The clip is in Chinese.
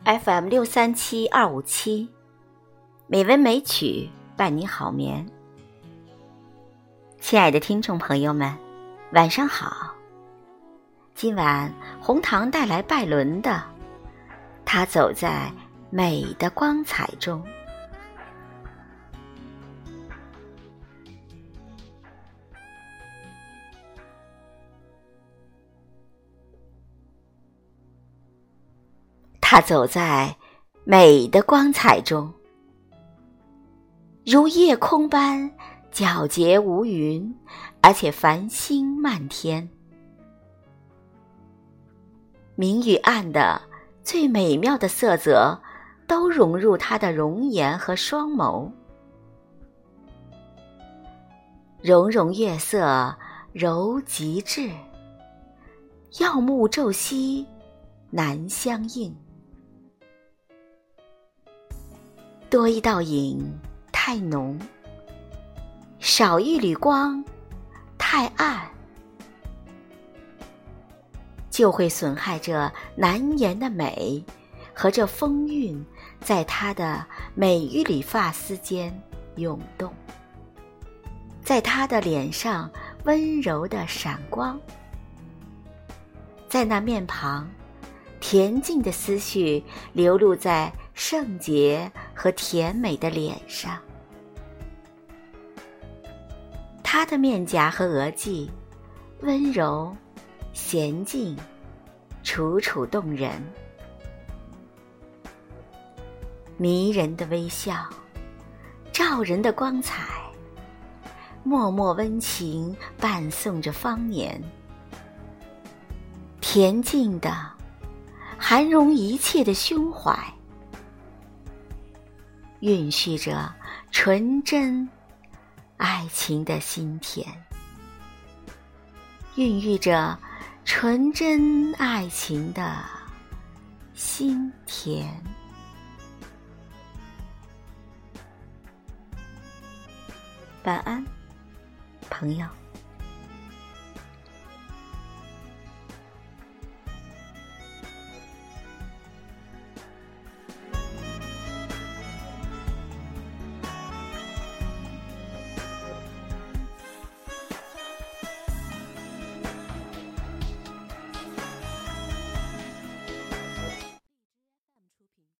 FM637257，美文美曲伴你好眠。亲爱的听众朋友们，晚上好。今晚红糖带来拜伦的《他走在美的光彩中》。他走在美的光彩中，如夜空般皎洁无云，而且繁星漫天。明与暗的最美妙的色泽都融入他的容颜和双眸。融融月色柔极致，耀目昼夕难相应。多一道影太浓，少一缕光太暗，就会损害这难言的美和这风韵在她的每一缕发丝间涌动，在她的脸上温柔的闪光，在那面庞恬静的思绪流露在圣洁和甜美的脸上。她的面颊和额际温柔娴静，楚楚动人。迷人的微笑，照人的光彩，脉脉温情伴送着芳年。恬静的含容一切的胸怀，蕴蓄着纯真爱情的心田，孕育着纯真爱情的心田。晚安，朋友。